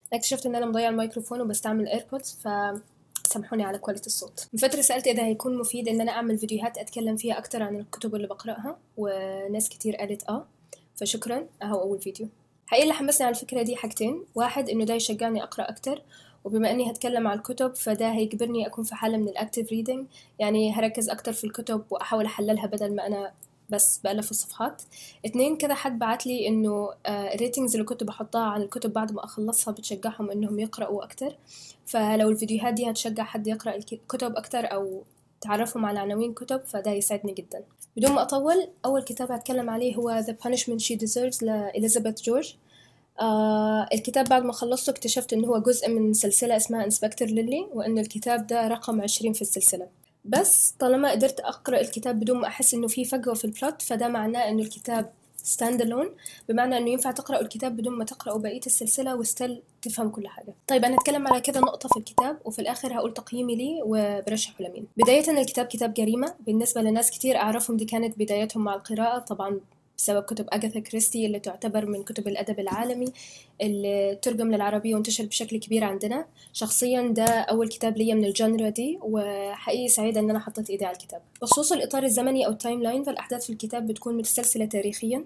اكتشفت ان انا مضيع الميكروفون وبستعمل ايربودز، سامحوني على كواليتي الصوت. من فترة سألت إذا هيكون مفيد إن أنا أعمل فيديوهات أتكلم فيها أكتر عن الكتب اللي بقرأها، وناس كتير قالت فشكرا. أهو أول فيديو. حقيقة اللي حمسني على الفكرة دي حاجتين: واحد إنه ده يشجعني أقرأ أكتر، وبما إني هتكلم على الكتب فده هيجبرني أكون في حالة من الأكتيف ريدنج، يعني هركز أكتر في الكتب وأحاول أحللها بدل ما أنا بس بألف الصفحات. اتنين، كذا حد بعتلي إنه الريتنجز اللي كنت بحطها عن الكتب بعد ما أخلصها بتشجعهم إنهم يقرأوا أكتر. فلو الفيديوهات دي هتشجع حد يقرأ الكتب أكتر أو تعرفهم على عناوين كتب فده يسعدني جدا. بدون ما أطول، أول كتاب هتكلم عليه هو The Punishment She Deserves لإليزابيث جورج. الكتاب بعد ما خلصته اكتشفت إنه هو جزء من سلسلة اسمها إنسبكتور ليلي، وإنه الكتاب ده رقم 20 في السلسلة. بس طالما قدرت أقرأ الكتاب بدون ما أحس إنه فيه فجوة في البلوت فده معناه إنه الكتاب ستاند الون، بمعنى انه ينفع تقرأوا الكتاب بدون ما تقرأوا بقية السلسلة وستيل تفهم كل حاجة. طيب انا هتكلم على كذا نقطة في الكتاب، وفي الاخر هقول تقييمي ليه وبرشحه لمين. بداية، الكتاب كتاب جريمة. بالنسبة لناس كتير اعرفهم دي كانت بدايتهم مع القراءة، طبعا بسبب كتب أغاثا كريستي اللي تعتبر من كتب الأدب العالمي، اللي ترجم للعربية وانتشر بشكل كبير عندنا. شخصيا ده أول كتاب ليا من الجانرا دي، وحقيقي سعيدة إن أنا حطيت إيدي على الكتاب. بخصوص الإطار الزمني أو التايم لاين، فالأحداث في الكتاب بتكون متسلسلة تاريخيا،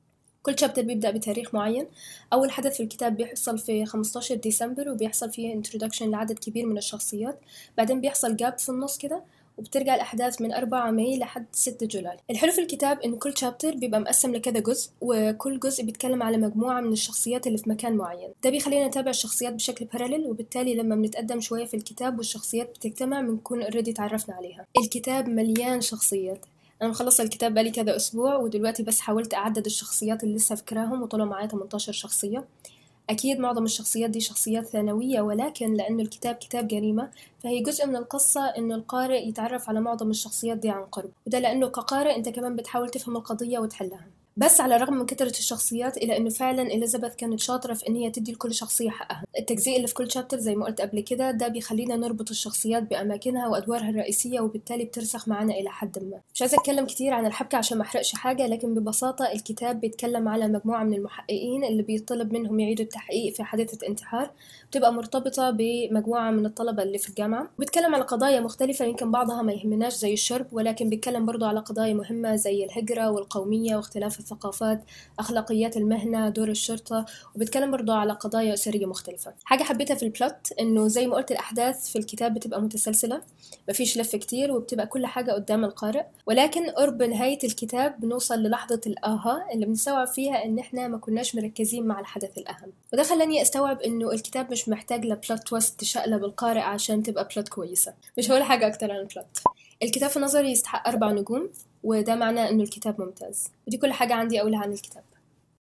كل شابتر بيبدأ بتاريخ معين. أول حدث في الكتاب بيحصل في 15 ديسمبر وبيحصل فيه introduction لعدد كبير من الشخصيات، بعدين بيحصل جاب في النص كده وبترجع الأحداث من 4 ماي لحد 6 جولاي. الحلو في الكتاب إن كل شابتر بيبقى مقسم لكذا جزء، وكل جزء بيتكلم على مجموعة من الشخصيات اللي في مكان معين. ده بيخلينا نتابع الشخصيات بشكل باراليل، وبالتالي لما بنتقدم شوية في الكتاب والشخصيات بتجتمع بنكون اوريدي تعرفنا عليها. الكتاب مليان شخصيات. أنا مخلصة الكتاب بقالي كذا أسبوع، ودلوقتي بس حاولت أعدد الشخصيات اللي لسه فاكراهم وطلعوا معايا 18 شخصية. أكيد معظم الشخصيات دي شخصيات ثانوية، ولكن لأنه الكتاب كتاب جريمة فهي جزء من القصة إنه القارئ يتعرف على معظم الشخصيات دي عن قرب، وده لأنه كقارئ أنت كمان بتحاول تفهم القضية وتحلها. بس على الرغم من كثرة الشخصيات إلا إنه فعلا إليزابيث كانت شاطرة في إن هي تدي لكل شخصية حقها. التجزيء اللي في كل شابتر زي ما قلت قبل كده ده بيخلينا نربط الشخصيات بأماكنها وأدوارها الرئيسية، وبالتالي بترسخ معانا إلى حد ما. مش عايزة أتكلم كتير عن الحبكة عشان ما أحرقش حاجة، لكن ببساطة الكتاب بيتكلم على مجموعة من المحققين اللي بيطلب منهم يعيدوا التحقيق في حادثة انتحار بتبقى مرتبطة بمجموعة من الطلبة اللي في الجامعة. بيتكلم على قضايا مختلفة يمكن بعضها ما يهمناش زي الشرب، ولكن بيتكلم برضو على قضايا مهمة زي الهجرة والقومية واختلاف الثقافات، أخلاقيات المهنة، دور الشرطة، وبيتكلم برضو على قضايا أسرية مختلفة. حاجة حبيتها في البلوت إنه زي ما قلت الأحداث في الكتاب بتبقى متسلسلة، مفيش لف كتير، وبتبقى كل حاجة قدام القارئ، ولكن قرب نهاية الكتاب بنوصل للحظة الآها اللي بنستوعب فيها إن إحنا ما كناش مركزين مع الحدث الأهم، وده خلاني أستوعب إنه الكتاب مش محتاج لبلوت تويست تشقلب القارئ عشان تبقى بلوت كويسة. مش هقول حاجة أكتر عن البلوت. الكتاب في نظري يستحق 4 نجوم، وده معناه إنه الكتاب ممتاز. ودي كل حاجة عندي أقولها عن الكتاب.